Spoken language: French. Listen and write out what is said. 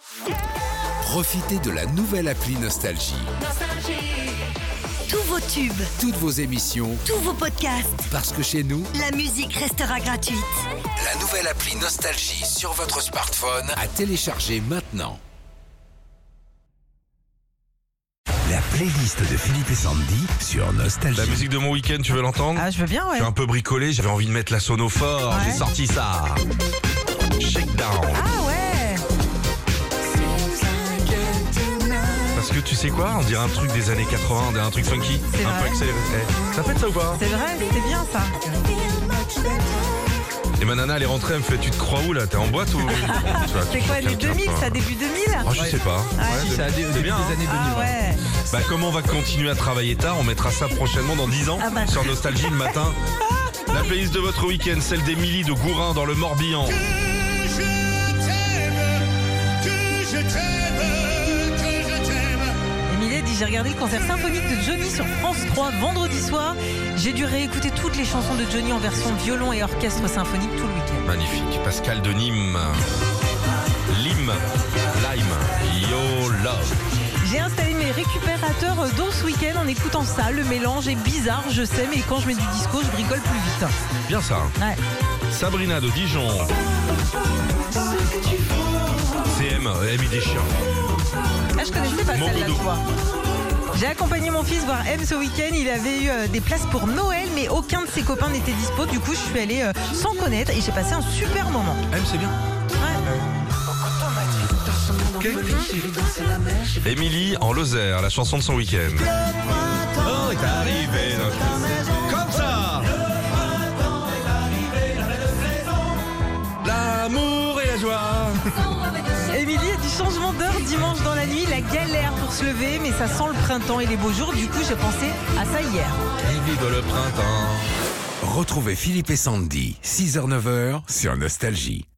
Profitez de la nouvelle appli Nostalgie. Tous vos tubes, Toutes vos émissions, tous vos podcasts, parce que chez nous, la musique restera gratuite. la nouvelle appli Nostalgie sur votre smartphone à télécharger maintenant. La playlist de Philippe et Sandy sur Nostalgie. La musique de mon week-end, tu veux l'entendre? Ah, je veux bien, ouais. Je suis un peu bricolé, j'avais envie de mettre la sono fort, Ouais. j'ai sorti ça. Shakedown. Ah ouais. Parce que tu sais quoi, on dirait un truc des années 80, on dirait un truc funky, C'est un vrai. peu accéléré. Ça fait de ça ou pas? C'est vrai, c'était bien ça. Et ma nana elle est rentrée, elle me fait tu te crois où là? T'es en boîte ou? Tu vois, C'est tu quoi, cherches les quelqu'un, 2000, quoi. ça début 2000? Oh, je sais pas. Ouais. C'est bien. Hein. années 2000. Ah ouais. Bah comme on va continuer à travailler tard, on mettra ça prochainement dans 10 ans Ah bah. sur Nostalgie le matin. La playlist de votre week-end, celle d'Émilie de Gourin dans le Morbihan. Emilie dit, j'ai regardé le concert symphonique de Johnny sur France 3 vendredi soir. J'ai dû réécouter toutes les chansons de Johnny en version violon et orchestre symphonique tout le week-end. Magnifique. Pascal de Nîmes. Lime. Yo love. J'ai installé mes récupérateurs d'eau ce week-end en écoutant ça. Le mélange est bizarre, je sais, mais quand je mets du disco, je bricole plus vite. Bien ça. Ouais. Sabrina de Dijon. CM, Amy des chiens. Ah, je connaissais pas celle-là, Mogodo. tu vois. J'ai accompagné mon fils voir M ce week-end. Il avait eu des places pour Noël, mais aucun de ses copains n'était dispo. Du coup, je suis allée sans connaître et j'ai passé un super moment. M, c'est bien. Ouais. Émilie en Lozère, la chanson de son week-end. Oh, est arrivé notre... Comme ça. L'amour et la joie. Émilie a du changement d'heure dimanche dans la nuit. La galère pour se lever, mais ça sent le printemps et les beaux jours. Du coup, j'ai pensé à ça hier. Et vive le printemps. Retrouvez Philippe et Sandy, 6h-9h sur Nostalgie.